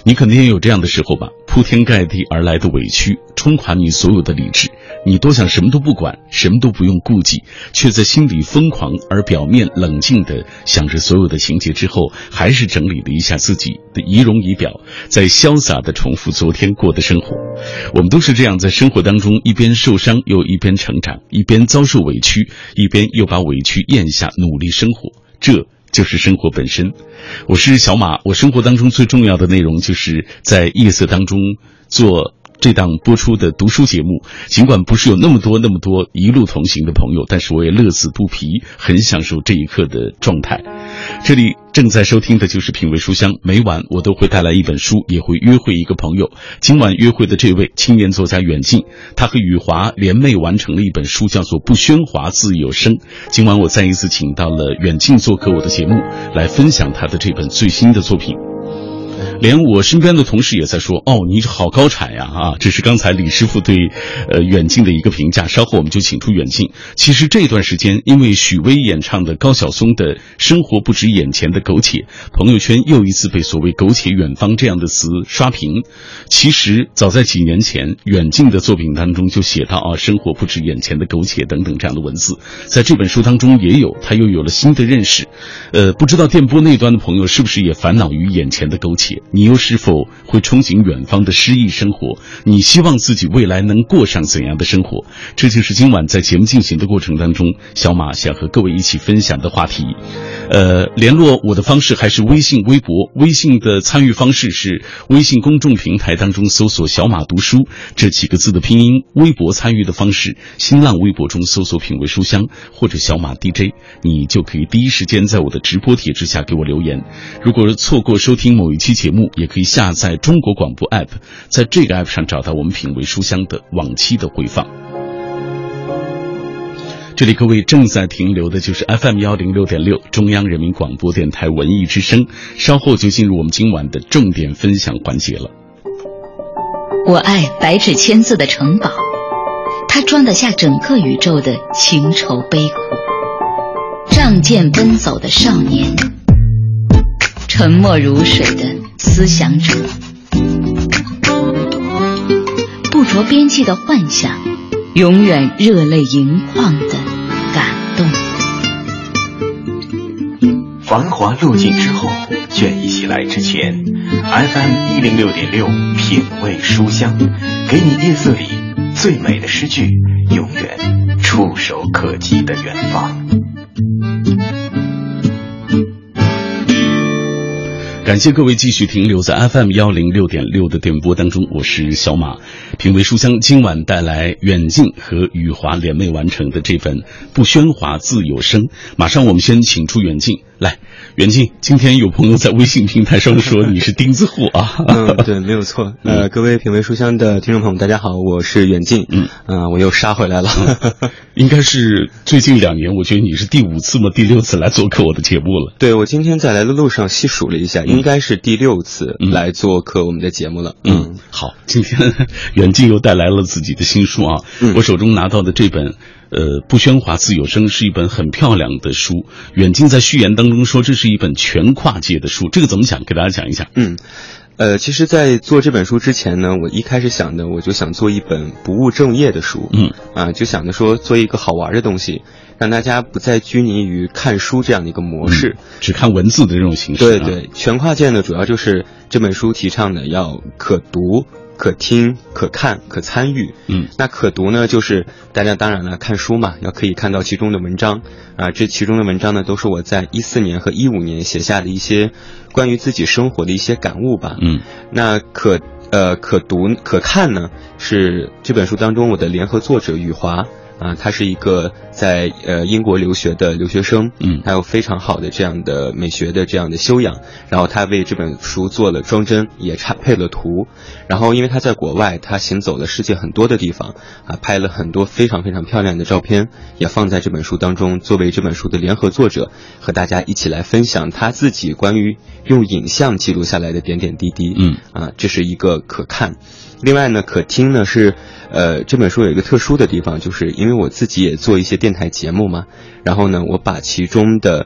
你肯定也有这样的时候吧，铺天盖地而来的委屈冲垮你所有的理智，你多想什么都不管，什么都不用顾忌，却在心里疯狂而表面冷静地想着所有的情节之后，还是整理了一下自己的仪容仪表，在潇洒地重复昨天过的生活。我们都是这样，在生活当中一边受伤又一边成长，一边遭受委屈，一边又把委屈咽下，努力生活，这就是生活本身。我是小马，我生活当中最重要的内容就是在夜色当中做这档播出的读书节目，尽管不是有那么多一路同行的朋友，但是我也乐此不疲，很享受这一刻的状态。这里正在收听的就是品味书香，每晚我都会带来一本书，也会约会一个朋友。今晚约会的这位青年作家远近，他和雨华联袂完成了一本书，叫做《不喧哗自有声》。今晚我再一次请到了远近做客我的节目，来分享他的这本最新的作品。连我身边的同事也在说，你好高产呀这是刚才李师傅对远近的一个评价，稍后我们就请出远近。其实这段时间因为许巍演唱的高晓松的生活不止眼前的苟且，朋友圈又一次被所谓苟且远方这样的词刷屏。其实早在几年前，远近的作品当中就写到生活不止眼前的苟且等等这样的文字，在这本书当中也有，他又有了新的认识。不知道电波那端的朋友是不是也烦恼于眼前的苟且，你又是否会憧憬远方的诗意生活？你希望自己未来能过上怎样的生活？这就是今晚在节目进行的过程当中，小马想和各位一起分享的话题。联络我的方式还是微信、微博。微信的参与方式是微信公众平台当中搜索小马读书这几个字的拼音，微博参与的方式，新浪微博中搜索品味书香或者小马 DJ， 你就可以第一时间在我的直播帖之下给我留言。如果错过收听某一期节目，也可以下载中国广播 app， 在这个 app 上找到我们品味书香的往期的回放。这里各位正在停留的就是 FM106.6 中央人民广播电台文艺之声，稍后就进入我们今晚的重点分享环节了。 我爱白纸千字的城堡，它装得下整个宇宙的情愁悲苦。仗剑奔走的少年，沉默如水的思想者，不着边际的幻想，永远热泪盈眶的感动。 繁华落尽之后，倦意袭来之前， FM106.6 品味书香，给你夜色里最美的诗句，永远触手可及的远方。 感谢各位继续停留在 FM106.6 的电波当中，我是小马。品味书香今晚带来远近和雨华联袂完成的这本《不喧哗自有声》。马上我们先请出远近来。远近，今天有朋友在微信平台上说你是钉子户啊。 对，没有错。各位品味书香的听众朋友大家好，我是远近。我又杀回来了。 应该是最近2年，我觉得你是第5次吗？第6次来做客我的节目了。 对，我今天在来的路上细数了一下，应该是第6次来做客我们的节目了。 好，今天远近又带来了自己的新书啊。我手中拿到的这本不喧哗自有声是一本很漂亮的书。远近在序言当中说这是一本全跨界的书，这个怎么讲？给大家讲一下。 其实在做这本书之前呢，我一开始想的我就想做一本不务正业的书。就想着说做一个好玩的东西，让大家不再拘泥于看书这样的一个模式， 只看文字的这种形式。 对，全跨界呢主要就是这本书提倡的要可读、可听、可看、可参与。那可读呢，就是大家当然了，看书嘛，要可以看到其中的文章这其中的文章呢，都是我在14年和15年写下的一些关于自己生活的一些感悟吧。那可读可看呢，是这本书当中我的联合作者雨华。他是一个在英国留学的留学生，他有非常好的这样的美学的这样的修养，然后他为这本书做了装帧，也配了图，然后因为他在国外，他行走了世界很多的地方拍了很多非常非常漂亮的照片，也放在这本书当中，作为这本书的联合作者，和大家一起来分享他自己关于用影像记录下来的点点滴滴。这是一个可看。另外呢，可听呢是这本书有一个特殊的地方，就是因为我自己也做一些电台节目嘛，然后呢我把其中的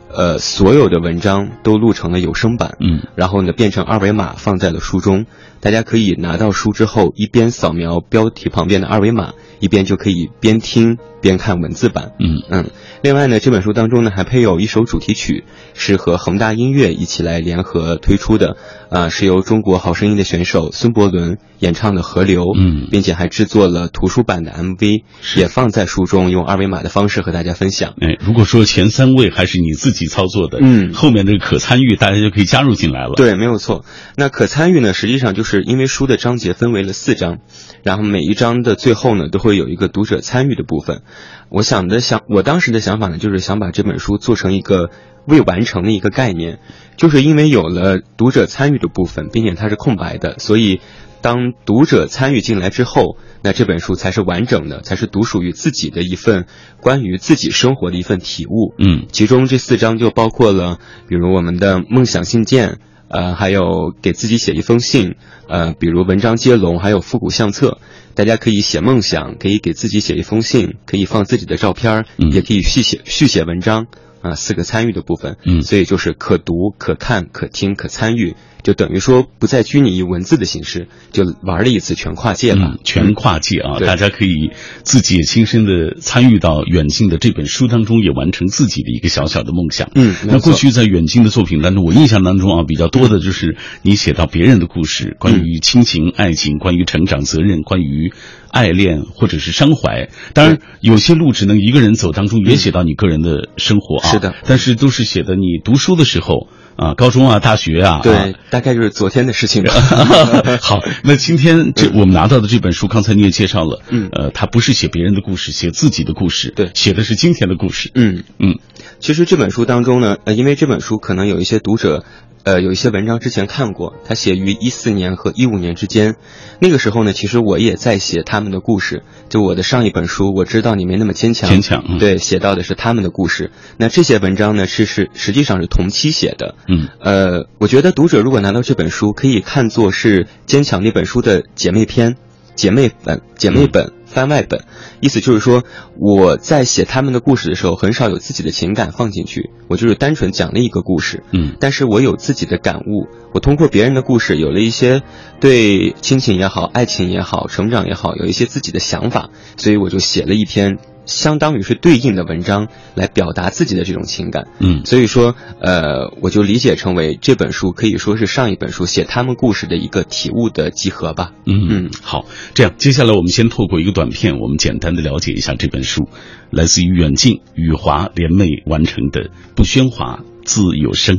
所有的文章都录成了有声版，然后呢变成二维码放在了书中，大家可以拿到书之后，一边扫描标题旁边的二维码，一边就可以边听边看文字版。另外呢，这本书当中呢还配有一首主题曲，是和恒大音乐一起来联合推出的，是由中国好声音的选手孙伯伦演唱的《河流》，并且还制作了图书版的 MV， 也放在书中，用二维码的方式和大家分享。 如果说前3位还是你自己操作的，后面这个可参与大家就可以加入进来了。 对，没有错。那可参与呢，实际上就是因为书的章节分为了4章，然后每一章的最后呢都会有一个读者参与的部分。我当时的想法呢，就是想把这本书做成一个未完成的一个概念，就是因为有了读者参与的部分，并且它是空白的，所以当读者参与进来之后，那这本书才是完整的，才是独属于自己的一份关于自己生活的一份体悟。其中这4章就包括了，比如我们的梦想信件，还有给自己写一封信，比如文章接龙，还有复古相册。大家可以写梦想，可以给自己写一封信，可以放自己的照片，也可以续写文章，4个参与的部分。所以就是可读、可看、可听、可参与，就等于说不再拘泥于文字的形式，就玩了一次全跨界吧。 全跨界啊，大家可以自己也亲身的参与到远近的这本书当中，也完成自己的一个小小的梦想。那过去在远近的作品当中，我印象当中比较多的就是你写到别人的故事，关于亲情、爱情，关于成长、责任，关于爱恋或者是伤怀。当然有些路只能一个人走当中也写到你个人的生活是的， 但是都是写的你读书的时候高中大学对，大概就是昨天的事情吧。 好，那今天我们拿到的这本书，刚才你也介绍了，它不是写别人的故事，写自己的故事， 对， 写的是今天的故事。 其实这本书当中呢，因为这本书可能有一些读者有一些文章之前看过，它写于14年和15年之间。那个时候呢，其实我也在写他们的故事。就我的上一本书，我知道你没那么坚强，对，写到的是他们的故事。那这些文章呢，实际上是同期写的。我觉得读者如果拿到这本书，可以看作是坚强那本书的姐妹篇、姐妹本。番外本，意思就是说我在写他们的故事的时候，很少有自己的情感放进去，我就是单纯讲了一个故事。但是我有自己的感悟，我通过别人的故事有了一些对亲情也好、爱情也好、成长也好，有一些自己的想法，所以我就写了一篇相当于是对应的文章来表达自己的这种情感。所以说我就理解成为这本书可以说是上一本书写他们故事的一个体悟的集合吧。 好，这样接下来我们先透过一个短片，我们简单的了解一下这本书，来自于远近雨华联袂完成的《不喧哗自有声》。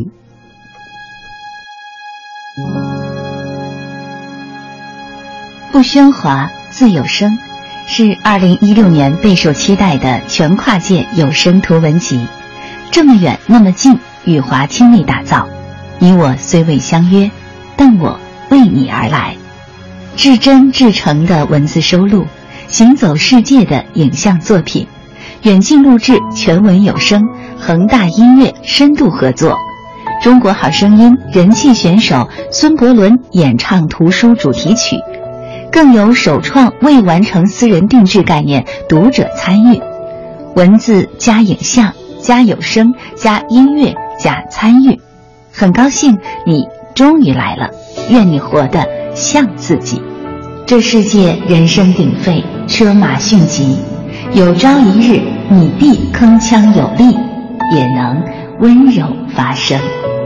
不喧哗自有声是2016年备受期待的全跨界有声图文集。这么远那么近，雨华倾力打造，你我虽未相约，但我为你而来。至真至诚的文字收录，行走世界的影像作品，远近录制全文有声，恒大音乐深度合作，中国好声音人气选手孙伯伦演唱图书主题曲，更有首创未完成私人定制概念读者参与，文字加影像加有声加音乐加参与。很高兴你终于来了，愿你活得像自己。这世界人声鼎沸，车马迅疾，有朝一日你必铿锵有力，也能温柔发声。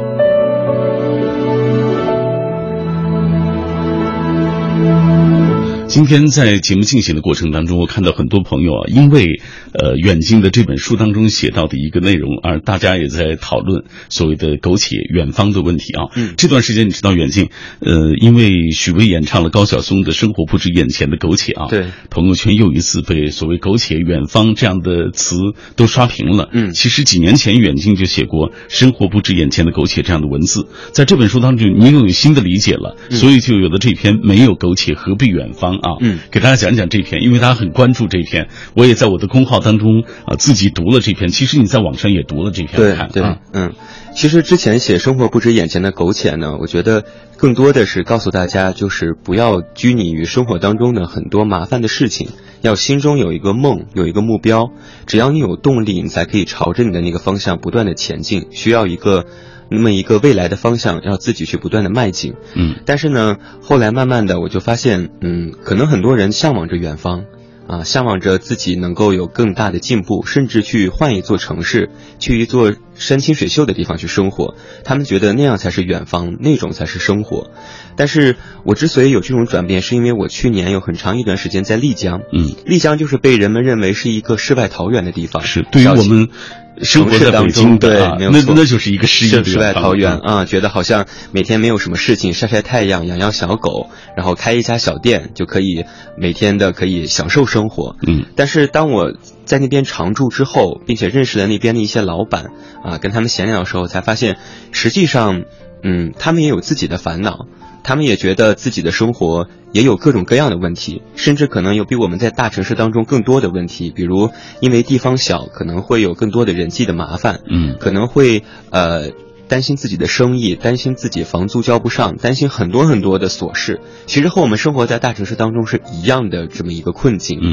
今天在节目进行的过程当中，我看到很多朋友因为远近的这本书当中写到的一个内容，而大家也在讨论所谓的苟且远方的问题啊。这段时间你知道远近因为许巍演唱了高晓松的《生活不止眼前的苟且》啊， 对， 朋友圈又一次被所谓苟且远方这样的词都刷屏了。其实几年前远近就写过生活不止眼前的苟且这样的文字，在这本书当中你又有新的理解了，所以就有了这篇没有苟且何必远方给大家讲讲这篇，因为大家很关注这篇，我也在我的公号当中自己读了这篇，其实你在网上也读了这篇。 对，其实之前写生活不止眼前的苟且呢，我觉得更多的是告诉大家，就是不要拘泥于生活当中的很多麻烦的事情， 要心中有一个梦，有一个目标，只要你有动力，你才可以朝着你的那个方向不断的前进，需要那么一个未来的方向，要自己去不断的迈进。但是呢，后来慢慢的我就发现，可能很多人向往着远方，向往着自己能够有更大的进步，甚至去换一座城市，去一座山清水秀的地方去生活。他们觉得那样才是远方，那种才是生活。但是我之所以有这种转变，是因为我去年有很长一段时间在丽江。丽江就是被人们认为是一个世外桃源的地方。 是，对于我们生活在北京的， 对， 那就是一个世外桃源啊，觉得好像每天没有什么事情，晒晒太阳，养养小狗，然后开一家小店，就可以每天的可以享受生活。但是当我在那边常住之后，并且认识了那边的一些老板跟他们闲聊的时候，才发现实际上他们也有自己的烦恼，他们也觉得自己的生活也有各种各样的问题，甚至可能有比我们在大城市当中更多的问题，比如因为地方小，可能会有更多的人际的麻烦，可能会担心自己的生意，担心自己房租交不上，担心很多很多的琐事，其实和我们生活在大城市当中是一样的这么一个困境。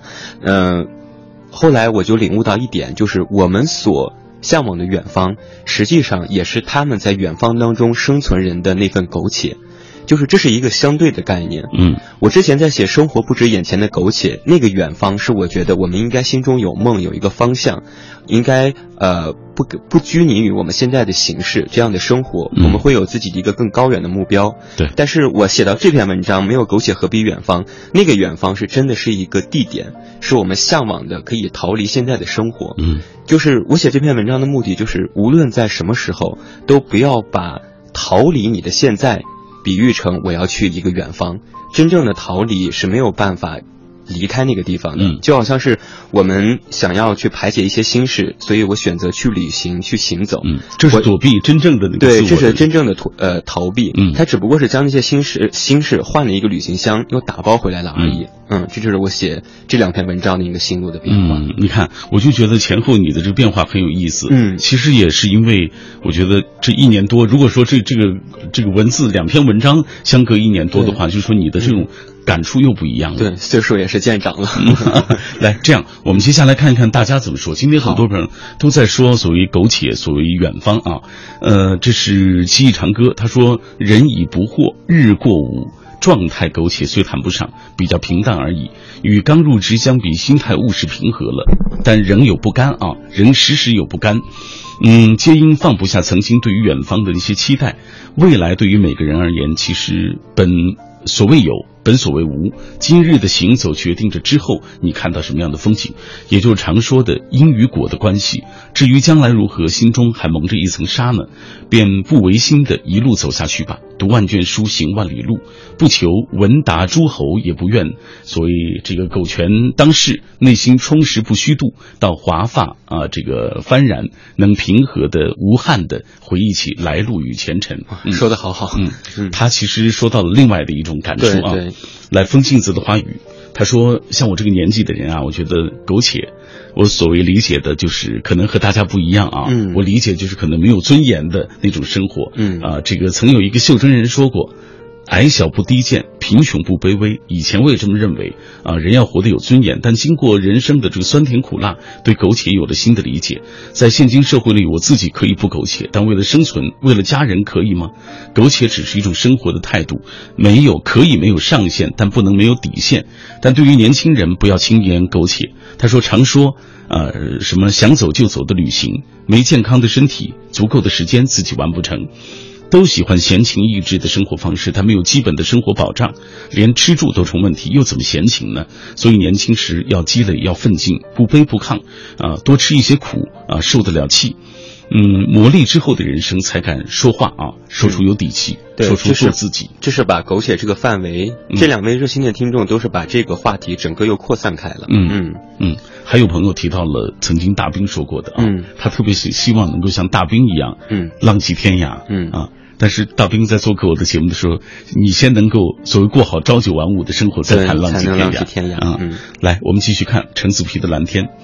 后来我就领悟到一点，就是我们所向往的远方，实际上也是他们在远方当中生存人的那份苟且，就是这是一个相对的概念。我之前在写生活不止眼前的苟且，那个远方是我觉得我们应该心中有梦，有一个方向，应该不拘泥于我们现在的形式，这样的生活我们会有自己的一个更高远的目标。 对， 但是我写到这篇文章没有苟且何必远方，那个远方是真的是一个地点，是我们向往的可以逃离现在的生活。就是我写这篇文章的目的，就是无论在什么时候都不要把逃离你的现在比喻成我要去一个远方，真正的逃离是没有办法离开那个地方的。就好像是我们想要去排解一些心事，所以我选择去旅行，去行走。 这是躲避真正的那个对，这是真正的逃避。它只不过是将那些心事换了一个旅行箱，又打包回来了而已。这就是我写这2篇文章的一个心路的变化。 你看，我就觉得前后你的这个变化很有意思。其实也是因为我觉得这1年多，如果说这个文字2篇文章相隔1年多的话，就是说你的这种感触又不一样了。 对，岁数也是渐长了。 来，这样我们接下来看一看大家怎么说。今天很多朋友都在说所谓苟且，所谓远方啊。这是七忆长歌，他说人已不惑，日过午，状态苟且虽谈不上，比较平淡而已。与刚入职相比，心态务实平和了，但仍有不甘啊，仍时时有不甘。皆因放不下曾经对于远方的一些期待。未来对于每个人而言，其实本所谓有，本所谓无。今日的行走决定着之后你看到什么样的风景，也就是常说的因与果的关系。至于将来如何，心中还蒙着一层纱呢，便不违心的一路走下去吧。读万卷书，行万里路，不求闻达诸侯，也不愿所谓这个苟全当世，内心充实不虚度，到华发这个幡然，能平和的无憾的回忆起来路与前尘。 说得好好。 他其实说到了另外的一种感触啊。 对， 来，风镜子的花语，他说像我这个年纪的人啊，我觉得苟且，我所谓理解的就是可能和大家不一样啊。我理解就是可能没有尊严的那种生活。这个曾有一个袖珍人说过，矮小不低贱，贫穷不卑微。以前我也这么认为人要活得有尊严，但经过人生的这个酸甜苦辣，对苟且有了新的理解。在现今社会里，我自己可以不苟且，但为了生存，为了家人，可以吗？苟且只是一种生活的态度，可以没有上限，但不能没有底线。但对于年轻人，不要轻言苟且。他说常说什么想走就走的旅行，没健康的身体，足够的时间，自己完不成。都喜欢闲情逸致的生活方式，他没有基本的生活保障，连吃住都成问题，又怎么闲情呢？所以年轻时要积累，要奋进，不卑不亢多吃一些苦受得了气。磨砺之后的人生才敢说话说出有底气，说出做自己。 这是把苟且这个范围，这2位热心的听众都是把这个话题整个又扩散开了。 还有朋友提到了曾经大兵说过的他特别希望能够像大兵一样浪迹天涯。但是大兵在做客我的节目的时候，你先能够所谓过好朝九晚五的生活，再谈浪迹天涯。来，我们继续看陈子皮的蓝天。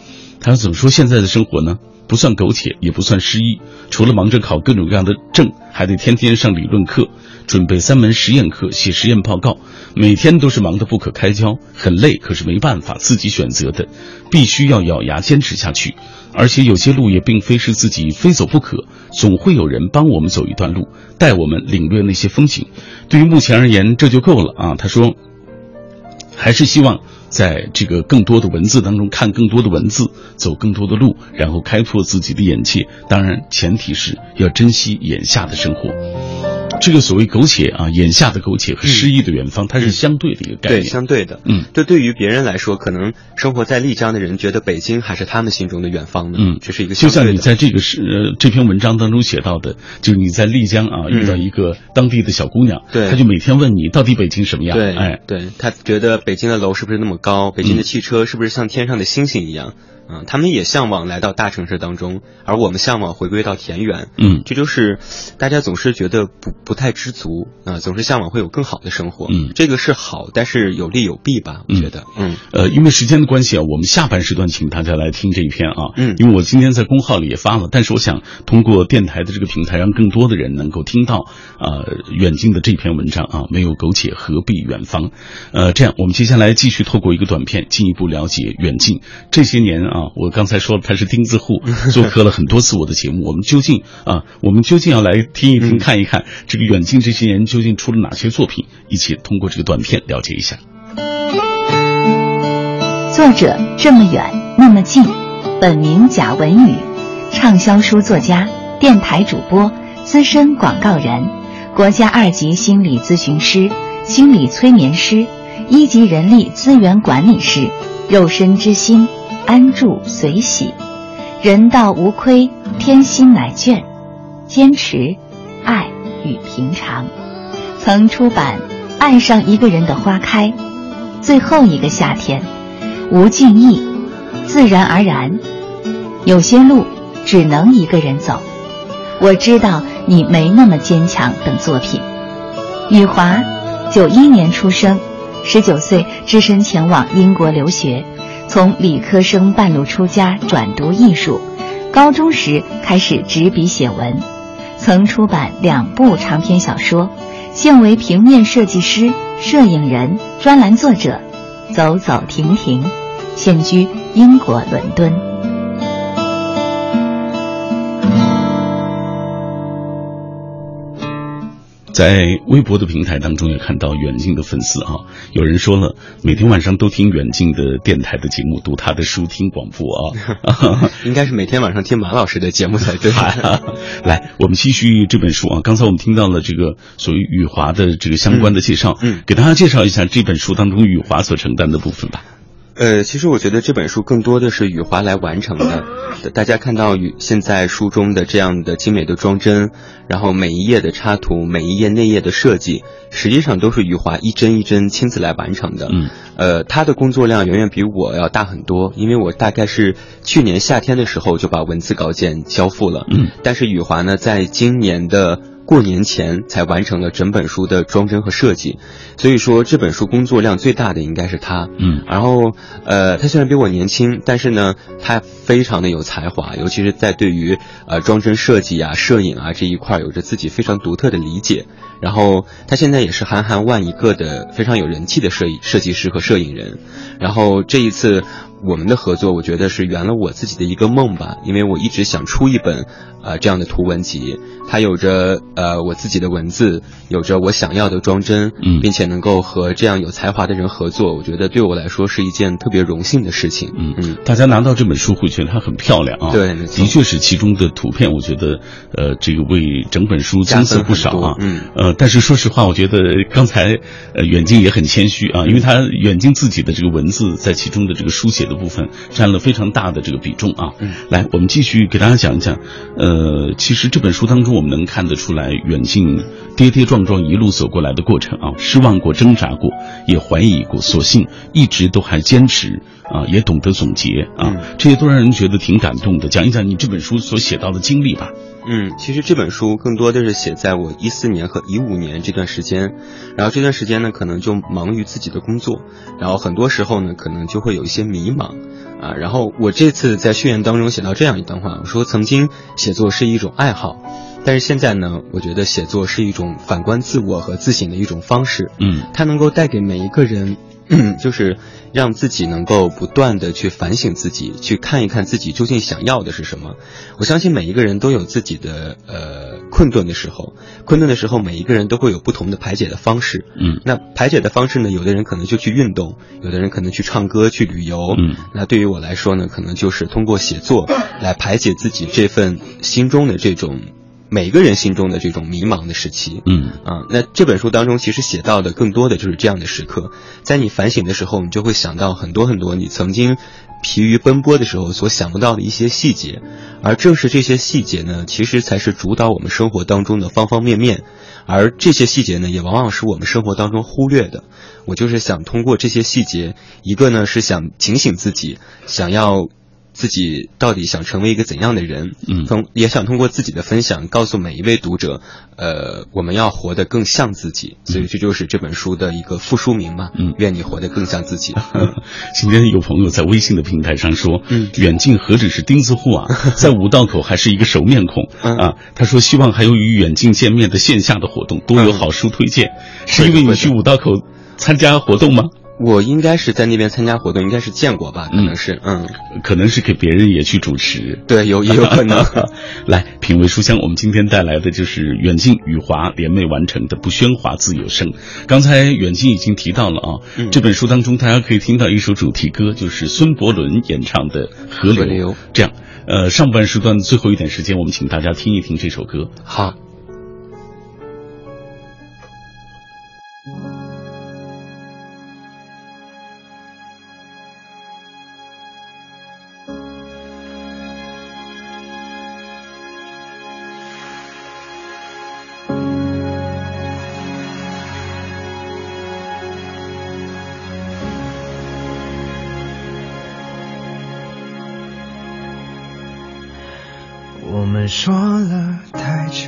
他说怎么说现在的生活呢？不算苟且，也不算失意，除了忙着考各种各样的证，还得天天上理论课，准备3门实验课，写实验报告，每天都是忙得不可开交，很累，可是没办法，自己选择的，必须要咬牙坚持下去。而且有些路也并非是自己非走不可，总会有人帮我们走一段路，带我们领略那些风景。对于目前而言，这就够了啊。他说，还是希望在这个更多的文字当中看更多的文字，走更多的路，然后开拓自己的眼界。当然，前提是要珍惜眼下的生活。这个所谓苟且啊，眼下的苟且和诗意的远方，它是相对的一个概念。 对，相对的。这对于别人来说，可能生活在丽江的人觉得北京还是他们心中的远方呢。这是一个相对的。就像你在这篇文章当中写到的，就是你在丽江啊遇到一个当地的小姑娘， 对， 她就每天问你到底北京什么样？ 对，对，她觉得北京的楼是不是那么高？北京的汽车是不是像天上的星星一样？他们也向往来到大城市当中，而我们向往回归到田园。这就是大家总是觉得不太知足啊，总是向往会有更好的生活。这个是好，但是有利有弊吧，我觉得。 因为时间的关系啊，我们下半时段请大家来听这一篇啊。因为我今天在公号里也发了，但是我想通过电台的这个平台，让更多的人能够听到远近的这篇文章啊。没有苟且，何必远方？这样我们接下来继续透过一个短片，进一步了解远近这些年啊，我刚才说了他是钉子户，做客了很多次我的节目。我们究竟要来听一听、看一看这个远近这些年究竟出了哪些作品，一起通过这个短片了解一下。 作者这么远那么近，本名贾文宇，畅销书作家，电台主播，资深广告人，国家2级心理咨询师，心理催眠师，1级人力资源管理师，肉身之心，安住随喜，人道无亏，天心乃倦，坚持，爱与平常。曾出版《爱上一个人的花开》，最后一个夏天，吴敬义，自然而然，有些路只能一个人走，我知道你没那么坚强等作品。雨华91年出生，19岁只身前往英国留学，从理科生半路出家转读艺术，高中时开始执笔写文，曾出版2部长篇小说，现为平面设计师、摄影人、专栏作者，走走停停，现居英国伦敦。 在微博的平台当中也看到远近的粉丝啊，有人说了，每天晚上都听远近的电台的节目，读他的书，听广播啊。 应该是每天晚上听马老师的节目才对。 来，我们继续这本书啊。刚才我们听到了这个属于雨华的这个相关的介绍，给大家介绍一下这本书当中雨华所承担的部分吧。 其实我觉得这本书更多的是雨华来完成的。大家看到现在书中的这样的精美的装帧，然后每一页的插图，每一页内页的设计，实际上都是雨华一帧一帧亲自来完成的。他的工作量远远比我要大很多，因为我大概是去年夏天的时候就把文字稿件交付了。但是雨华呢，在今年的过年前才完成了整本书的装帧和设计，所以说这本书工作量最大的应该是他。然后他虽然比我年轻，但是呢他非常的有才华，尤其是在对于装帧设计啊、摄影啊这一块有着自己非常独特的理解。然后他现在也是韩寒万一个的非常有人气的设计师和摄影人。然后这一次我们的合作，我觉得是圆了我自己的一个梦吧，因为我一直想出一本这样的图文集，它有着我自己的文字，有着我想要的装帧，并且能够和这样有才华的人合作，我觉得对我来说是一件特别荣幸的事情。 大家拿到这本书会觉得它很漂亮啊， 对， 的确是其中的图片，我觉得这个为整本书增色不少啊。但是说实话，我觉得刚才远近也很谦虚啊，因为他远近自己的这个文字在其中的这个书写的部分占了非常大的这个比重啊。来，我们继续给大家讲一讲。其实这本书当中我们能看得出来，远近跌跌撞撞一路走过来的过程啊，失望过，挣扎过，也怀疑过，所幸一直都还坚持啊，也懂得总结啊，这些都让人觉得挺感动的。讲一讲你这本书所写到的经历吧。 其实这本书更多的是写在我14年和15年这段时间，然后这段时间呢，可能就忙于自己的工作，然后很多时候呢，可能就会有一些迷茫啊。然后我这次在序言当中写到这样一段话，我说曾经写作是一种爱好，但是现在呢，我觉得写作是一种反观自我和自省的一种方式。它能够带给每一个人就是让自己能够不断的去反省自己，去看一看自己究竟想要的是什么。我相信每一个人都有自己的困顿的时候，每一个人都会有不同的排解的方式。那排解的方式呢，有的人可能就去运动，有的人可能去唱歌去旅游。那对于我来说呢，可能就是通过写作来排解自己这份心中的这种每个人心中的这种迷茫的时期。那这本书当中其实写到的更多的就是这样的时刻，在你反省的时候，你就会想到很多很多你曾经疲于奔波的时候所想不到的一些细节，而正是这些细节呢，其实才是主导我们生活当中的方方面面，而这些细节呢，也往往是我们生活当中忽略的。我就是想通过这些细节，一个呢是想警醒自己，想要自己到底想成为一个怎样的人，也想通过自己的分享告诉每一位读者，我们要活得更像自己，所以这就是这本书的一个副书名嘛，愿你活得更像自己。 今天有朋友在微信的平台上说，远近何止是钉子户啊，在五道口还是一个熟面孔啊。他说希望还有与远近见面的线下的活动，多有好书推荐。是因为你去五道口参加活动吗？ 我应该是在那边参加活动，应该是见过吧，可能是， 可能是给别人也去主持， 对，也有可能。 来，品味书香，我们今天带来的就是远近与华联袂完成的不喧哗自有声。刚才远近已经提到了啊，这本书当中大家可以听到一首主题歌，就是孙伯伦演唱的《河流》。这样，上半时段最后一点时间，我们请大家听一听这首歌。 好。 我们说了太久，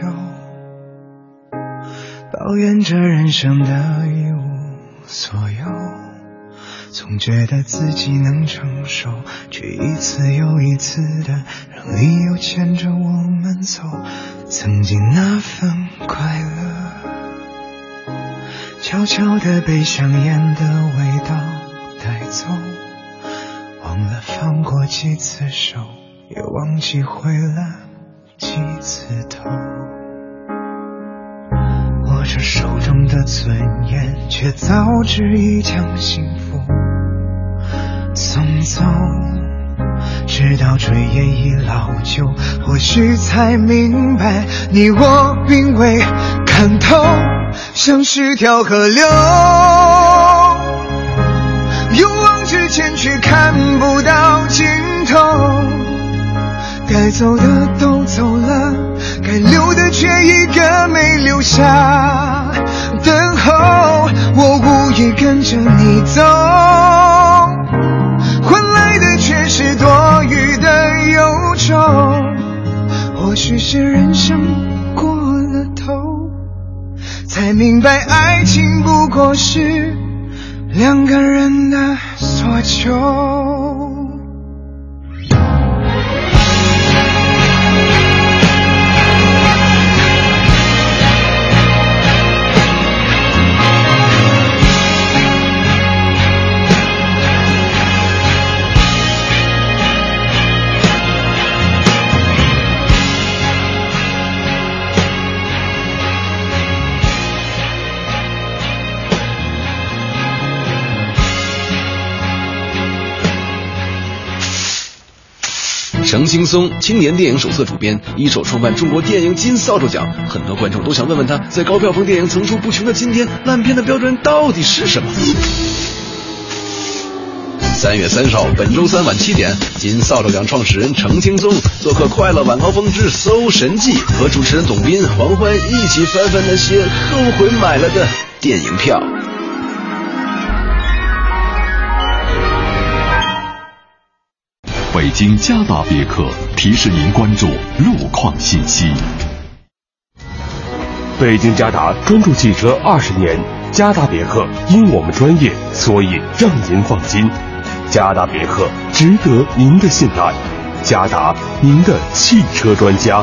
抱怨着人生的一无所有，总觉得自己能承受，却一次又一次的让理由牵着我们走。曾经那份快乐悄悄地被香烟的味道带走，忘了放过几次手，也忘记回了几次头。握着手中的尊严，却早知已将幸福送走。直到炊烟已老旧，或许才明白你我并未看透，像是条河流，勇往直前却看不到尽头。该走的都走了，该留的却一个没留下。等候我无意跟着你走，换来的却是多余的忧愁。或许是人生过了头，才明白爱情不过是两个人的所求。 程青松，青年电影手册主编，一手创办中国电影金扫帚奖。很多观众都想问问他，在高票房电影层出不穷的今天，烂片的标准到底是什么？3月30号，本周三晚7点，金扫帚奖创始人程青松做客《快乐晚高峰之搜神记》，和主持人董斌、黄欢一起翻翻那些后悔买了的电影票。 北京嘉达别克提示您关注路况信息。 北京嘉达专注汽车20年，嘉达别克因我们专业，所以让您放心。嘉达别克值得您的信赖，嘉达您的汽车专家。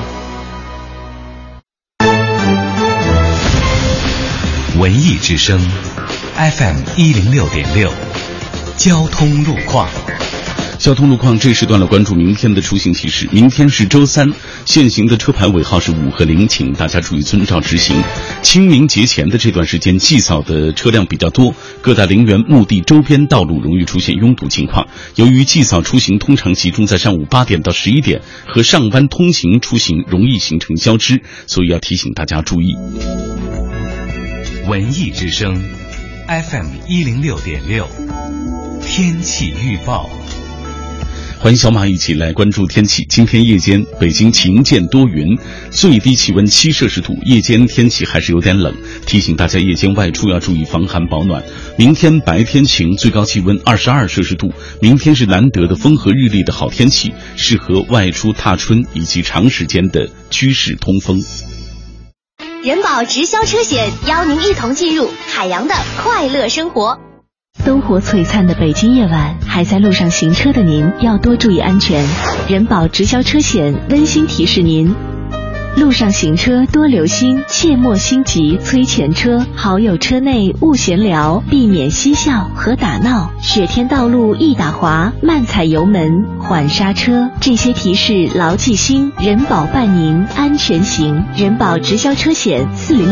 文艺之声 FM 106.6，交通路况。 交通路况这时段来关注明天的出行提示。明天是周三，限行的车牌尾号是5和0，请大家注意遵照执行。清明节前的这段时间，祭扫的车辆比较多，各大陵园、墓地周边道路容易出现拥堵情况。由于祭扫出行通常集中在上午8点到11点，和上班通勤出行容易形成交织，所以要提醒大家注意。 文艺之声 FM 106.6，天气预报。 欢迎小马一起来关注天气。今天夜间北京晴见多云，最低气温7摄氏度，夜间天气还是有点冷，提醒大家夜间外出要注意防寒保暖。明天白天晴，最高气温22摄氏度。明天是难得的风和日丽的好天气，适合外出踏春以及长时间的居室通风。 人保直销车险邀您一同进入海洋的快乐生活。 灯火璀璨的北京夜晚，还在路上行车的您要多注意安全。人保直销车险温馨提示您：路上行车多留心，切莫心急催前车，好友车内勿闲聊，避免嬉笑和打闹。雪天道路易打滑，慢踩油门，缓刹车。这些提示牢记心，人保伴您安全行。人保直销车险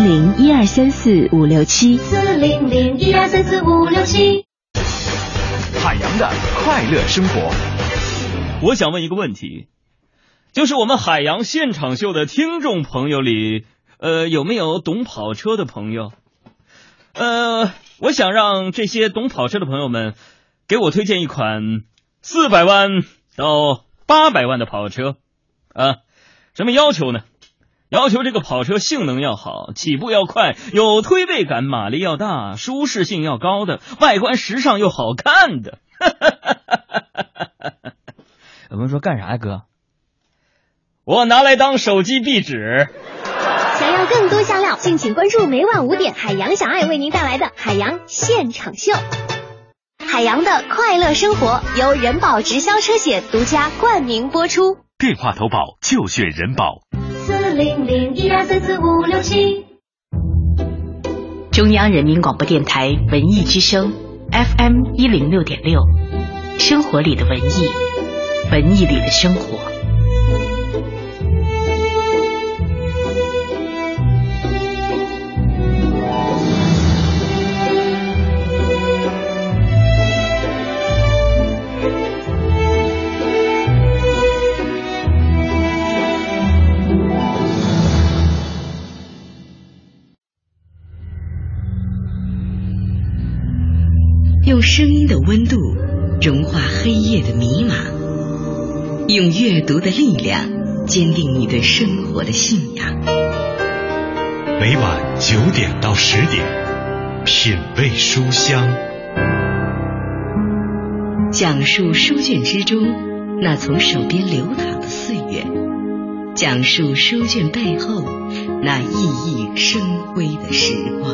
400-1234-567，400-1234-567。 海洋的快乐生活。我想问一个问题，就是我们海洋现场秀的听众朋友里，有没有懂跑车的朋友？我想让这些懂跑车的朋友们给我推荐一款400万到800万的跑车啊。什么要求呢？要求这个跑车性能要好，起步要快，有推背感，马力要大，舒适性要高的，外观时尚又好看的。有人说干啥呀哥？我拿来当手机壁纸。 想要更多香料，敬请关注每晚5点海洋小爱为您带来的海洋现场秀。海洋的快乐生活由人保直销车险独家冠名播出。 电话投保就选人保。 400-1234-567。 中央人民广播电台文艺之声 FM 106.6，生活里的文艺，文艺里的生活。用声音的温度融化黑夜的迷茫，用阅读的力量坚定你对生活的信仰。 每晚9点到10点，品味书香， 讲述书卷之中那从手边流淌的岁月，讲述书卷背后那熠熠生辉的时光。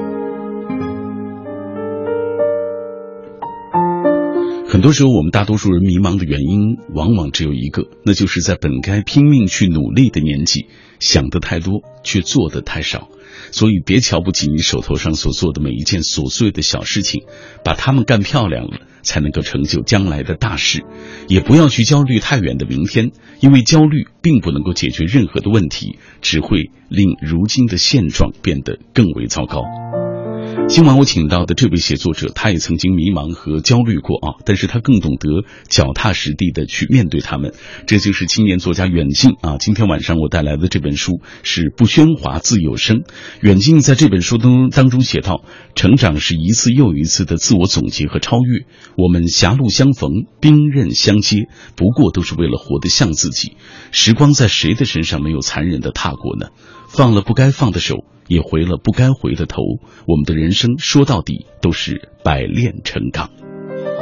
很多时候我们大多数人迷茫的原因往往只有一个，那就是在本该拼命去努力的年纪，想得太多却做得太少。所以别瞧不起你手头上所做的每一件琐碎的小事情，把它们干漂亮了，才能够成就将来的大事。也不要去焦虑太远的明天，因为焦虑并不能够解决任何的问题，只会令如今的现状变得更为糟糕。今晚我请到的这位写作者，他也曾经迷茫和焦虑过啊，但是他更懂得脚踏实地的去面对他们。这就是青年作家远近啊。今天晚上我带来的这本书是不喧哗自有声。远近在这本书当中写道，成长是一次又一次的自我总结和超越，我们狭路相逢，兵刃相接，不过都是为了活得像自己。时光在谁的身上没有残忍的踏过呢？放了不该放的手，也回了不该回的头，我们的人生说到底都是百炼成钢。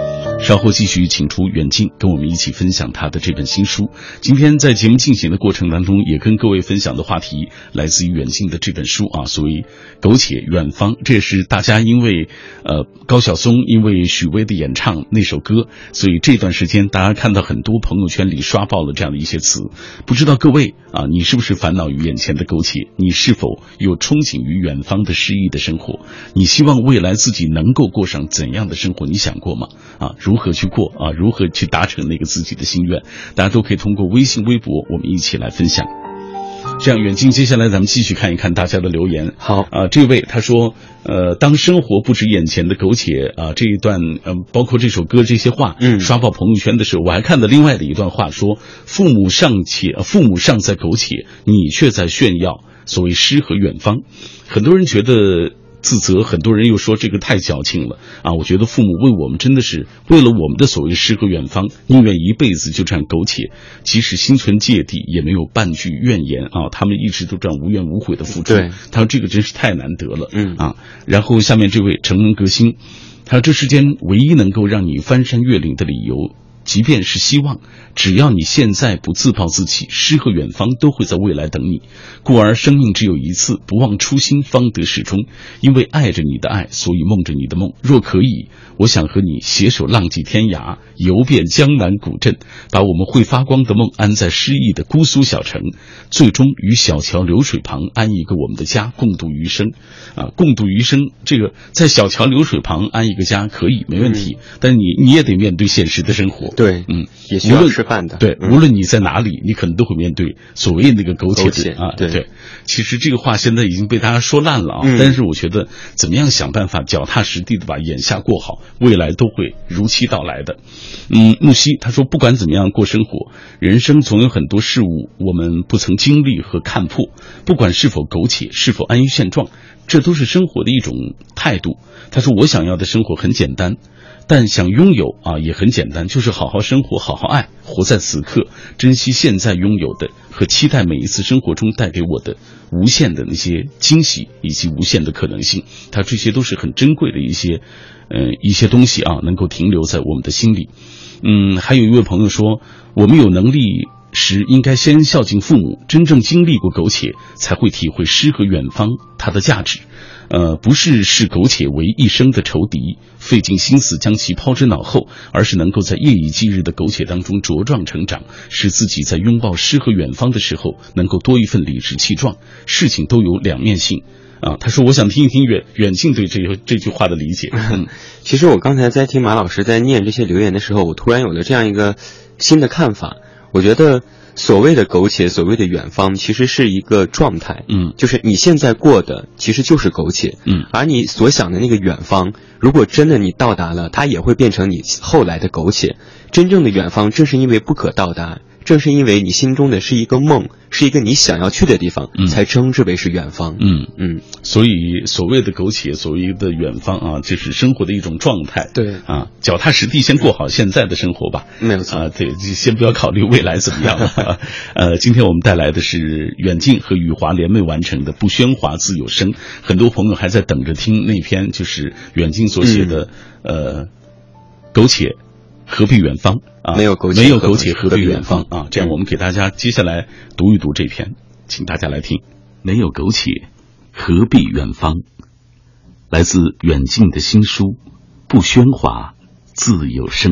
稍后继续请出远近跟我们一起分享他的这本新书。今天在节目进行的过程当中，也跟各位分享的话题来自于远近的这本书啊，所谓苟且远方，这也是大家因为高晓松因为许巍的演唱那首歌，所以这段时间大家看到很多朋友圈里刷爆了这样的一些词。不知道各位啊，你是不是烦恼于眼前的苟且？你是否有憧憬于远方的诗意的生活？你希望未来自己能够过上怎样的生活？你想过吗？啊，如何去过啊？如何去达成那个自己的心愿？大家都可以通过微信、微博，我们一起来分享。这样，远近，接下来咱们继续看一看大家的留言。 好这位他说，当生活不止眼前的苟且啊，这一段包括这首歌这些话，刷爆朋友圈的时候，我还看到另外的一段话说，父母尚在苟且，你却在炫耀所谓诗和远方。很多人觉得自责，很多人又说这个太矫情了啊！我觉得父母为我们真的是为了我们的所谓诗和远方，宁愿一辈子就这样苟且，即使心存芥蒂，也没有半句怨言啊！他们一直都这样无怨无悔的付出。 对， 他说这个真是太难得了，然后下面这位成文革新，他说这世间唯一能够让你翻山越岭的理由，即便是希望，只要你现在不自暴自弃，诗和远方都会在未来等你。故而生命只有一次，不忘初心方得始终。因为爱着你的爱，所以梦着你的梦。若可以，我想和你携手浪迹天涯，游遍江南古镇，把我们会发光的梦安在诗意的姑苏小城，最终于小桥流水旁安一个我们的家，共度余生。共度余生，这个在小桥流水旁安一个家可以没问题，但你也得面对现实的生活。 对，也需要吃饭的。 对，无论你在哪里，你可能都会面对所谓那个苟且啊。对，其实这个话现在已经被大家说烂了啊。但是我觉得，怎么样想办法脚踏实地的把眼下过好，未来都会如期到来的。木西他说，不管怎么样过生活，人生总有很多事物我们不曾经历和看破，不管是否苟且，是否安于现状，这都是生活的一种态度。他说，我想要的生活很简单，但想拥有也很简单，就是好好生活，好好爱，活在此刻，珍惜现在拥有的，和期待每一次生活中带给我的无限的那些惊喜以及无限的可能性。它这些都是很珍贵的一些东西啊，能够停留在我们的心里。还有一位朋友说，我们有能力时应该先孝敬父母，真正经历过苟且，才会体会诗和远方它的价值。不是视苟且为一生的仇敌，费尽心思将其抛之脑后，而是能够在夜以继日的苟且当中茁壮成长，使自己在拥抱诗和远方的时候能够多一份理直气壮。事情都有两面性啊。他说，我想听一听远近对这句话的理解。 其实我刚才在听马老师在念这些留言的时候，我突然有了这样一个新的看法。我觉得所谓的苟且，所谓的远方，其实是一个状态。就是你现在过的其实就是苟且。而你所想的那个远方，如果真的你到达了，它也会变成你后来的苟且。真正的远方，正是因为不可到达，正是因为你心中的是一个梦，是一个你想要去的地方，才称之为是远方。 所以所谓的苟且，所谓的远方啊，这是生活的一种状态。 对啊，脚踏实地先过好现在的生活吧。 没有错啊，对，先不要考虑未来怎么样。今天我们带来的是远近和雨华联袂完成的《不喧哗自有声》。很多朋友还在等着听那篇就是远近所写的苟且何必远方啊？没有苟且何必远方啊？这样我们给大家接下来读一读这篇，请大家来听。没有苟且何必远方，来自远近的新书《不喧哗自有声》。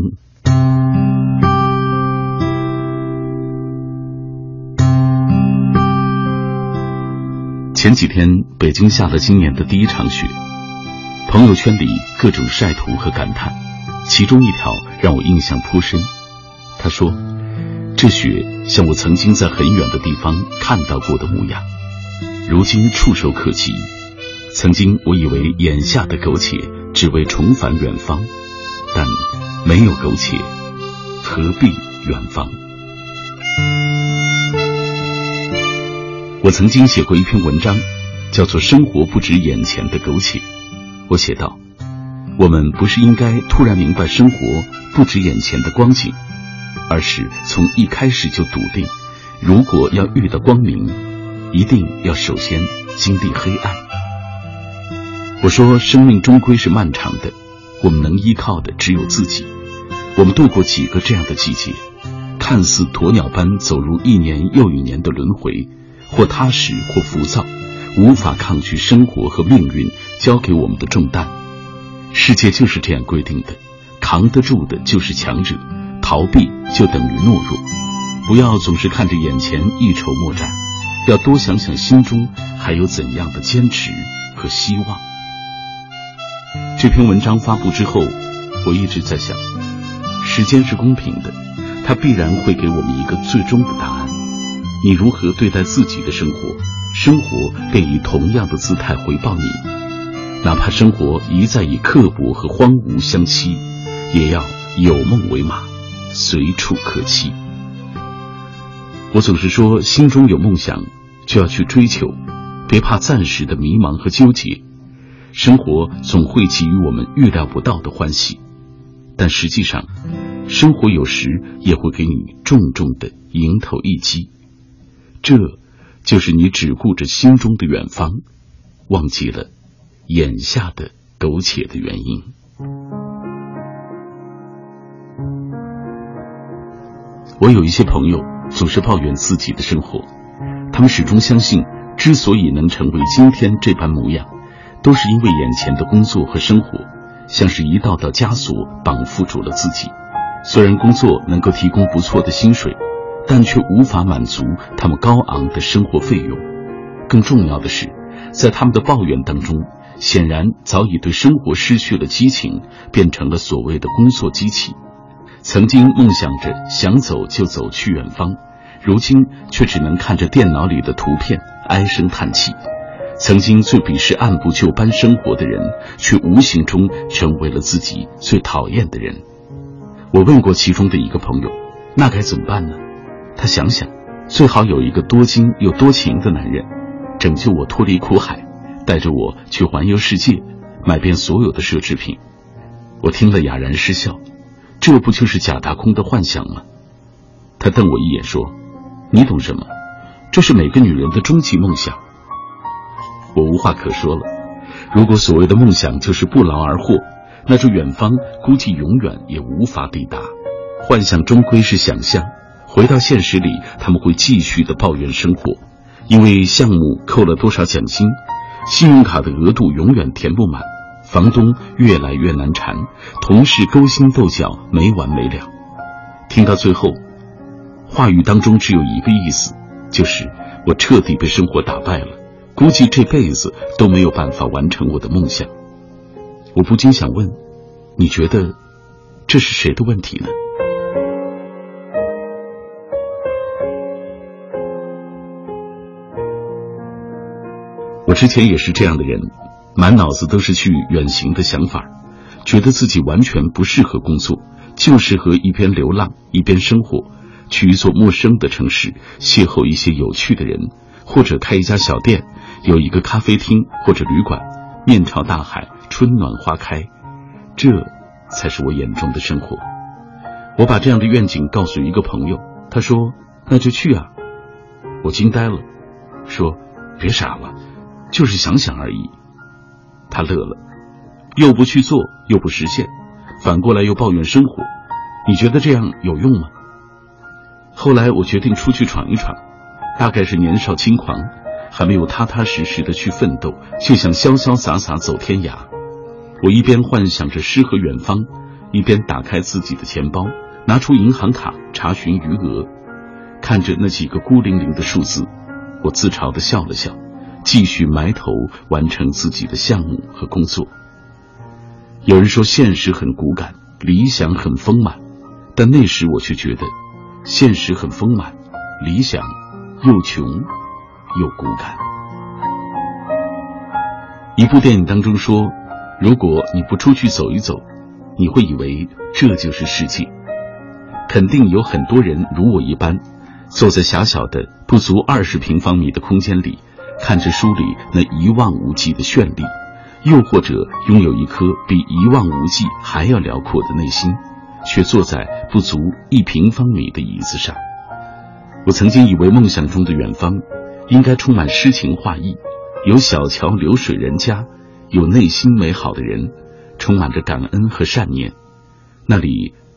前几天北京下了今年的第一场雪，朋友圈里各种晒图和感叹，其中一条让我印象颇深。他说，这雪像我曾经在很远的地方看到过的模样，如今触手可及。曾经我以为眼下的苟且只为重返远方，但没有苟且何必远方。我曾经写过一篇文章，叫做《生活不止眼前的苟且》。我写道，我们不是应该突然明白生活不止眼前的光景，而是从一开始就笃定，如果要遇到光明，一定要首先经历黑暗。我说，生命终归是漫长的，我们能依靠的只有自己。 我们度过几个这样的季节，看似鸵鸟般走入一年又一年的轮回，或踏实或浮躁，无法抗拒生活和命运交给我们的重担。世界就是这样规定的，扛得住的就是强者，逃避就等于懦弱。不要总是看着眼前一筹莫展，要多想想心中还有怎样的坚持和希望。这篇文章发布之后，我一直在想，时间是公平的，它必然会给我们一个最终的答案。你如何对待自己的生活，生活便以同样的姿态回报你。哪怕生活一再以刻薄和荒芜相欺，也要有梦为马，随处可栖。我总是说，心中有梦想就要去追求，别怕暂时的迷茫和纠结。生活总会给予我们预料不到的欢喜，但实际上生活有时也会给你重重的迎头一击。这就是你只顾着心中的远方，忘记了眼下的苟且的原因。我有一些朋友总是抱怨自己的生活，他们始终相信，之所以能成为今天这般模样，都是因为眼前的工作和生活像是一道道枷锁绑缚住了自己。虽然工作能够提供不错的薪水，但却无法满足他们高昂的生活费用。更重要的是，在他们的抱怨当中，显然早已对生活失去了激情，变成了所谓的工作机器。曾经梦想着想走就走去远方，如今却只能看着电脑里的图片唉声叹气。曾经最鄙视按部就班生活的人，却无形中成为了自己最讨厌的人。我问过其中的一个朋友，那该怎么办呢？他想想，最好有一个多金又多情的男人，拯救我脱离苦海，带着我去环游世界，买遍所有的奢侈品。我听了哑然失笑，这不就是假大空的幻想吗？他瞪我一眼说，你懂什么？这是每个女人的终极梦想。我无话可说了。如果所谓的梦想就是不劳而获，那这远方估计永远也无法抵达。幻想终归是想象，回到现实里，他们会继续的抱怨生活，因为项目扣了多少奖金，信用卡的额度永远填不满，房东越来越难缠，同事勾心斗角没完没了。听到最后，话语当中只有一个意思，就是我彻底被生活打败了，估计这辈子都没有办法完成我的梦想。我不禁想问，你觉得这是谁的问题呢？我之前也是这样的人，满脑子都是去远行的想法，觉得自己完全不适合工作，就适合一边流浪一边生活，去一座陌生的城市，邂逅一些有趣的人，或者开一家小店，有一个咖啡厅或者旅馆，面朝大海，春暖花开，这才是我眼中的生活。我把这样的愿景告诉一个朋友，他说那就去啊。我惊呆了，说别傻了，就是想想而已。他乐了，又不去做又不实现，反过来又抱怨生活，你觉得这样有用吗？后来我决定出去闯一闯，大概是年少轻狂，还没有踏踏实实的去奋斗，就想潇潇洒洒走天涯。我一边幻想着诗和远方，一边打开自己的钱包，拿出银行卡查询余额，看着那几个孤零零的数字，我自嘲地笑了笑，继续埋头完成自己的项目和工作。有人说现实很骨感，理想很丰满，但那时我却觉得现实很丰满，理想又穷又骨感。一部电影当中说，如果你不出去走一走，你会以为这就是世界。肯定有很多人如我一般，坐在狭小的不足20平方米的空间里，看着书里那一望无际的绚丽，又或者拥有一颗比一望无际还要辽阔的内心，却坐在不足1平方米的椅子上。我曾经以为梦想中的远方应该充满诗情画意，有小桥流水人家，有内心美好的人，充满着感恩和善念，那里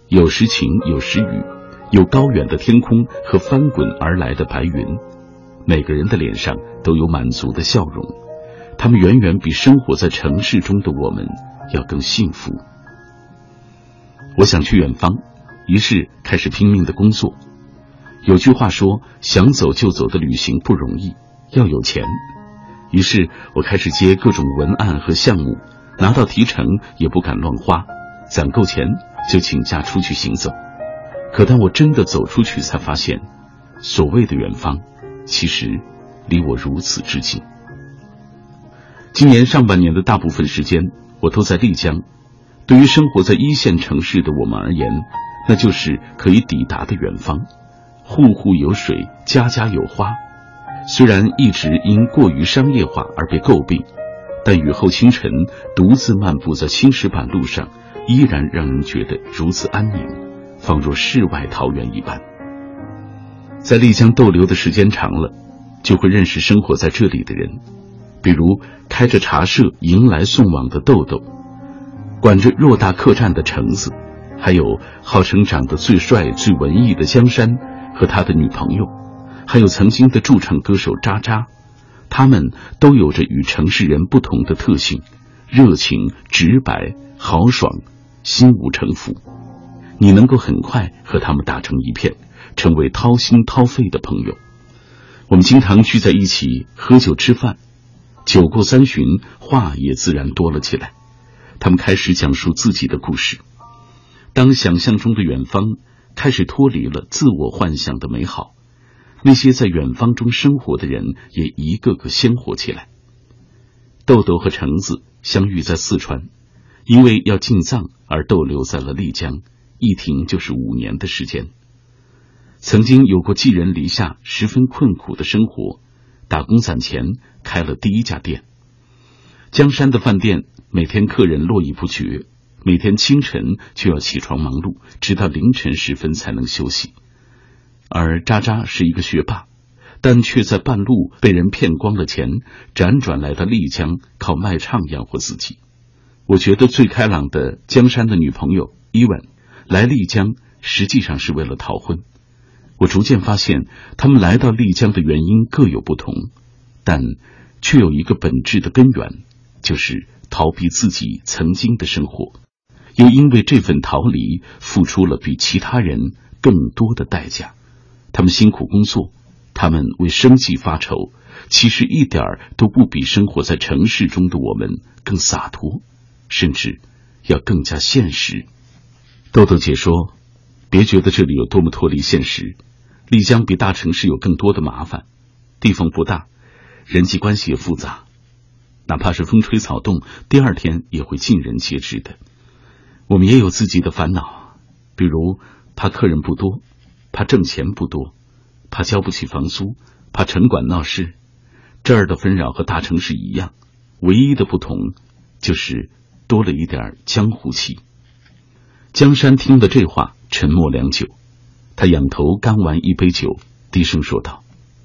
有时晴，有时雨，有高远的天空和翻滚而来的白云。每个人的脸上都有满足的笑容，他们远远比生活在城市中的我们要更幸福。我想去远方，于是开始拼命的工作。有句话说，想走就走的旅行不容易，要有钱。于是我开始接各种文案和项目，拿到提成也不敢乱花，攒够钱就请假出去行走。可当我真的走出去，才发现所谓的远方其实离我如此之近。今年上半年的大部分时间我都在丽江，对于生活在一线城市的我们而言，那就是可以抵达的远方。户户有水，家家有花，虽然一直因过于商业化而被诟病，但雨后清晨独自漫步在青石板路上，依然让人觉得如此安宁，仿若世外桃源一般。在丽江逗留的时间长了，就会认识生活在这里的人，比如开着茶社迎来送往的豆豆，管着偌大客栈的橙子，还有号称长得最帅最文艺的江山和他的女朋友，还有曾经的驻唱歌手渣渣。他们都有着与城市人不同的特性，热情、直白、豪爽、心无城府。你能够很快和他们打成一片，成为掏心掏肺的朋友。我们经常聚在一起喝酒吃饭，酒过三巡，话也自然多了起来。他们开始讲述自己的故事。当想象中的远方开始脱离了自我幻想的美好，那些在远方中生活的人也一个个鲜活起来。豆豆和橙子相遇在四川，因为要进藏而逗留在了丽江，一停就是5年的时间。曾经有过寄人篱下十分困苦的生活，打工攒钱开了第一家店。江山的饭店每天客人络绎不绝，每天清晨就要起床忙碌，直到凌晨时分才能休息。而渣渣是一个学霸，但却在半路被人骗光了钱，辗转来到丽江，靠卖唱养活自己。我觉得最开朗的江山的女朋友伊文来丽江实际上是为了逃婚。我逐渐发现他们来到丽江的原因各有不同，但却有一个本质的根源，就是逃避自己曾经的生活，又因为这份逃离付出了比其他人更多的代价。他们辛苦工作，他们为生计发愁，其实一点都不比生活在城市中的我们更洒脱，甚至要更加现实。豆豆姐说，别觉得这里有多么脱离现实，丽江比大城市有更多的麻烦，地方不大，人际关系也复杂，哪怕是风吹草动，第二天也会尽人皆知的。我们也有自己的烦恼，比如怕客人不多，怕挣钱不多，怕交不起房租，怕城管闹事。这儿的纷扰和大城市一样，唯一的不同就是多了一点江湖气。江山听了这话，沉默良久，他仰头干完一杯酒，低声说道：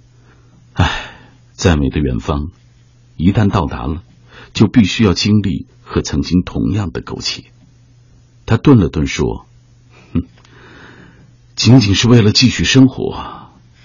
再美的远方，一旦到达了，就必须要经历和曾经同样的苟且。他顿了顿说，仅仅是为了继续生活。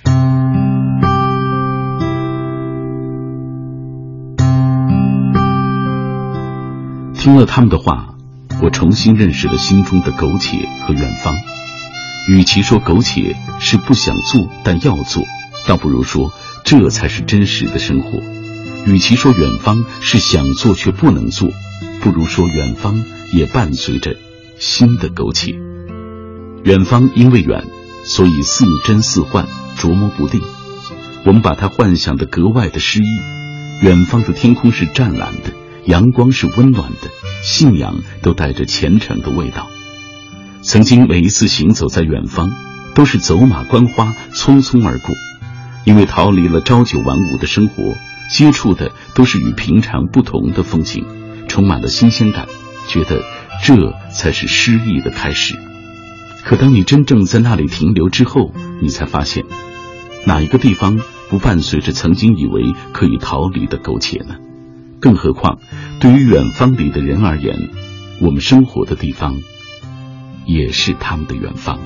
听了他们的话，我重新认识了心中的苟且和远方。与其说苟且是不想做但要做，倒不如说这才是真实的生活。与其说远方是想做却不能做，不如说远方也伴随着新的苟且。远方因为远，所以似真似幻，琢磨不定。我们把它幻想得格外的诗意。远方的天空是湛蓝的，阳光是温暖的，信仰都带着虔诚的味道。曾经每一次行走在远方，都是走马观花，匆匆而过。因为逃离了朝九晚五的生活，接触的都是与平常不同的风景，充满了新鲜感，觉得这才是诗意的开始。可当你真正在那里停留之后，你才发现，哪一个地方不伴随着曾经以为可以逃离的苟且呢？更何况对于远方里的人而言，我们生活的地方也是他们的远方。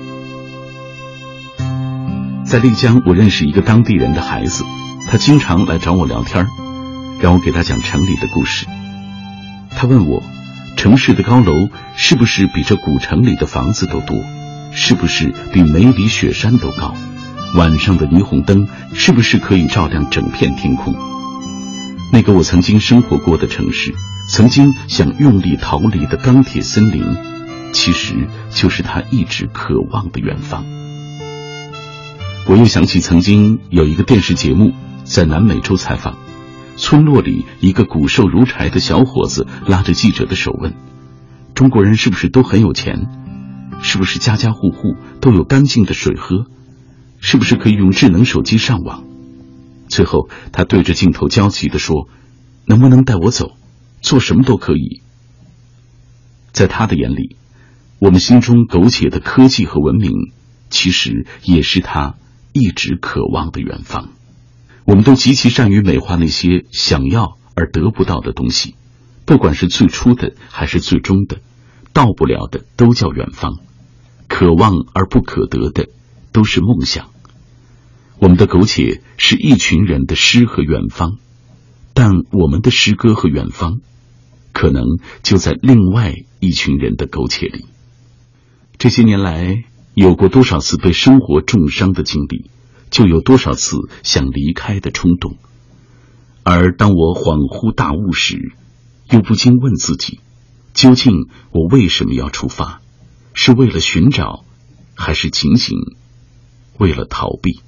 在丽江，我认识一个当地人的孩子，他经常来找我聊天，让我给他讲城里的故事。他问我，城市的高楼是不是比这古城里的房子都多？是不是比梅里雪山都高？晚上的霓虹灯是不是可以照亮整片天空？那个我曾经生活过的城市，曾经想用力逃离的钢铁森林，其实就是他一直渴望的远方。我又想起曾经有一个电视节目在南美洲采访，村落里一个骨瘦如柴的小伙子拉着记者的手问，中国人是不是都很有钱？是不是家家户户都有干净的水喝？是不是可以用智能手机上网？最后他对着镜头焦急地说，能不能带我走？做什么都可以。在他的眼里，我们心中苟且的科技和文明，其实也是他一直渴望的远方。我们都极其善于美化那些想要而得不到的东西，不管是最初的还是最终的，到不了的都叫远方，可望而不可得的都是梦想。我们的苟且是一群人的诗和远方，但我们的诗歌和远方可能就在另外一群人的苟且里。这些年来，有过多少次被生活重伤的经历，就有多少次想离开的冲动。而当我恍惚大悟时，又不禁问自己，究竟我为什么要出发？是为了寻找，还是仅仅为了逃避？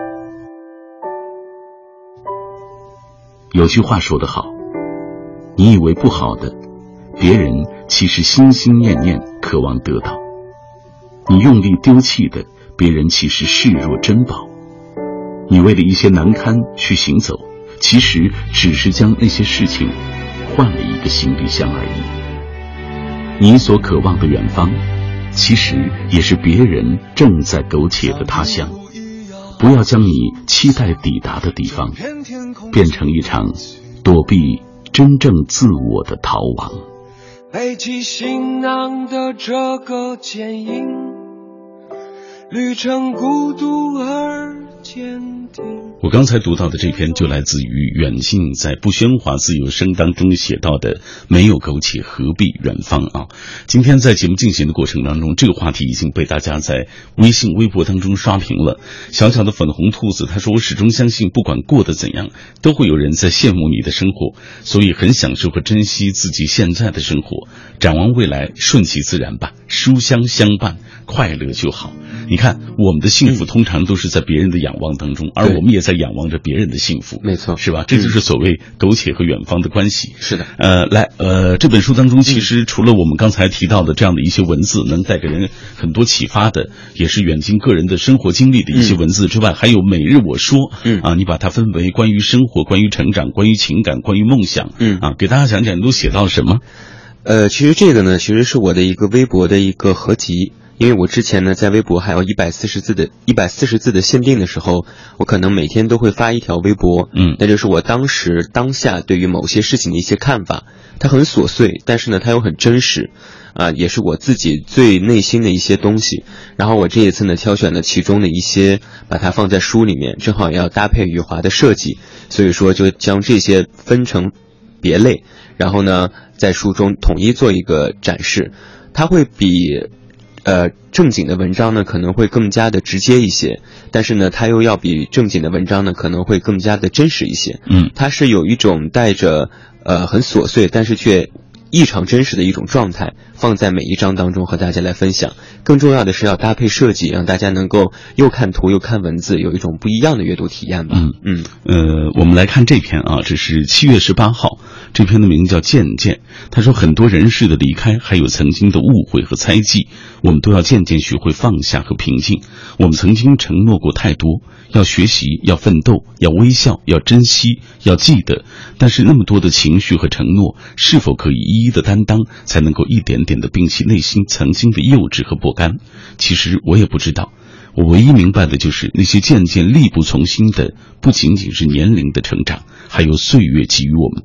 有句话说得好，你以为不好的，别人其实心心念念渴望得到；你用力丢弃的，别人其实视若珍宝。你为了一些难堪去行走，其实只是将那些事情换了一个行李箱而已。你所渴望的远方，其实也是别人正在苟且的他乡。不要将你期待抵达的地方变成一场躲避真正自我的逃亡。 背起行囊的这个剪影，旅程孤独而坚定。 我刚才读到的这篇就来自于远近在不喧哗自由声当中写到的，没有苟且何必远方啊。今天在节目进行的过程当中，这个话题已经被大家在微信微博当中刷屏了。小小的粉红兔子他说，我始终相信不管过得怎样，都会有人在羡慕你的生活，所以很享受和珍惜自己现在的生活，展望未来顺其自然吧，书香相伴，快乐就好。你看我们的幸福通常都是在别人的仰望当中，而我们也在仰望着别人的幸福， 没错， 是吧？这就是所谓苟且和远方的关系。 是的。 这本书当中其实除了我们刚才提到的这样的一些文字能带给人很多启发的，也是远近个人的生活经历的一些文字之外，还有每日我说，你把它分为关于生活、关于成长、关于情感、关于梦想，给大家讲讲你都写到什么？ 其实这个呢，其实是我的一个微博的一个合集。因为我之前呢，在微博还有140字的限定的时候，我可能每天都会发一条微博，那就是我当下对于某些事情的一些看法。它很琐碎，但是呢，它又很真实，也是我自己最内心的一些东西。然后我这一次呢，挑选了其中的一些，把它放在书里面，正好也要搭配余华的设计，所以说就将这些分成别类，然后呢，在书中统一做一个展示。它会比正经的文章呢可能会更加的直接一些，但是呢它又要比正经的文章呢可能会更加的真实一些。它是有一种带着很琐碎但是却异常真实的一种状态放在每一章当中和大家来分享。更重要的是要搭配设计，让大家能够又看图又看文字，有一种不一样的阅读体验吧。 我们来看这篇啊，这是7月18号，这篇的名字叫渐渐。他说，很多人事的离开，还有曾经的误会和猜忌，我们都要渐渐学会放下和平静。我们曾经承诺过太多，要学习，要奋斗，要微笑，要珍惜，要记得。但是那么多的情绪和承诺，是否可以一一的担当，才能够一点点的摒弃内心曾经的幼稚和不甘？其实我也不知道，我唯一明白的就是那些渐渐力不从心的，不仅仅是年龄的成长，还有岁月给予我们的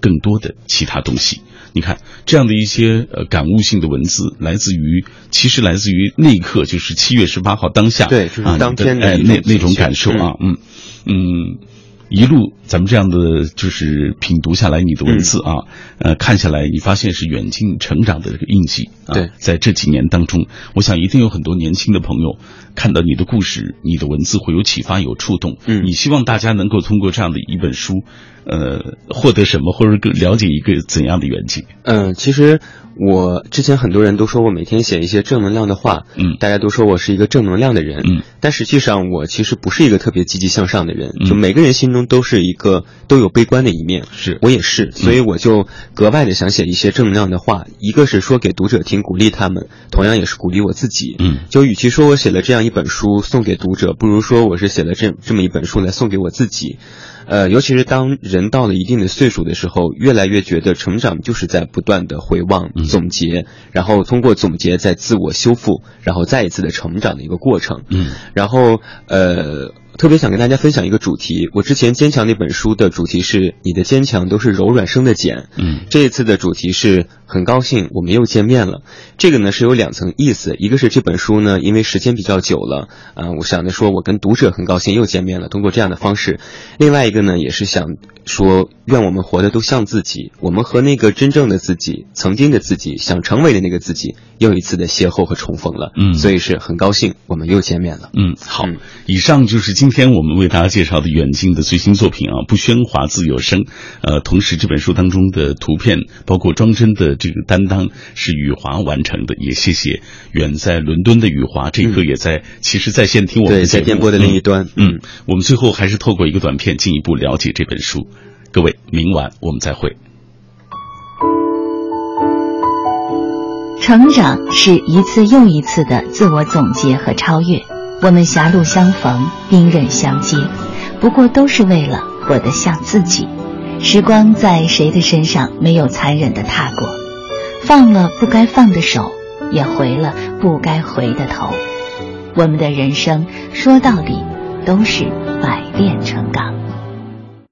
更多的其他东西。你看这样的一些感悟性的文字，其实来自于那一刻，就是7月18号当下， 对，就是当天的那种感受啊，一路咱们这样的就是品读下来你的文字啊，看下来你发现是远近成长的这个印记啊。 对， 在这几年当中，我想一定有很多年轻的朋友看到你的故事，你的文字会有启发，有触动。你希望大家能够通过这样的一本书，获得什么，或者更了解一个怎样的远景？ 其实我之前很多人都说我每天写一些正能量的话，大家都说我是一个正能量的人，但实际上我其实不是一个特别积极向上的人，就每个人心中都有悲观的一面， 是我也是，所以我就格外的想写一些正能量的话，一个是说给读者听，鼓励他们，同样也是鼓励我自己。就与其说我写了这样一本书送给读者，不如说我是写了这么一本书来送给我自己。尤其是当人到了一定的岁数的时候，越来越觉得成长就是在不断的回望、总结，然后通过总结再自我修复，然后再一次的成长的一个过程。然后特别想跟大家分享一个主题，我之前坚强那本书的主题是你的坚强都是柔软生的茧，这一次的主题是很高兴我们又见面了。这个呢是有2层意思，一个是这本书呢因为时间比较久了，我想着说我跟读者很高兴又见面了，通过这样的方式。另外一个呢也是想说愿我们活得都像自己，我们和那个真正的自己，曾经的自己，想成为的那个自己又一次的邂逅和重逢了。所以是很高兴我们又见面了。 好，以上就是今天我们为大家介绍的远近的最新作品啊，不喧哗自有声。同时这本书当中的图片，包括装帧的这个担当是雨华完成的，也谢谢远在伦敦的雨华，这一刻也其实在线听我们的节目， 在电波的另一端。 我们最后还是透过一个短片进一步了解这本书。各位，明晚我们再会。 成长是一次又一次的自我总结和超越，我们狭路相逢，兵刃相接，不过都是为了活得像自己。时光在谁的身上没有残忍地踏过，放了不该放的手，也回了不该回的头。我们的人生说到底都是百炼成钢。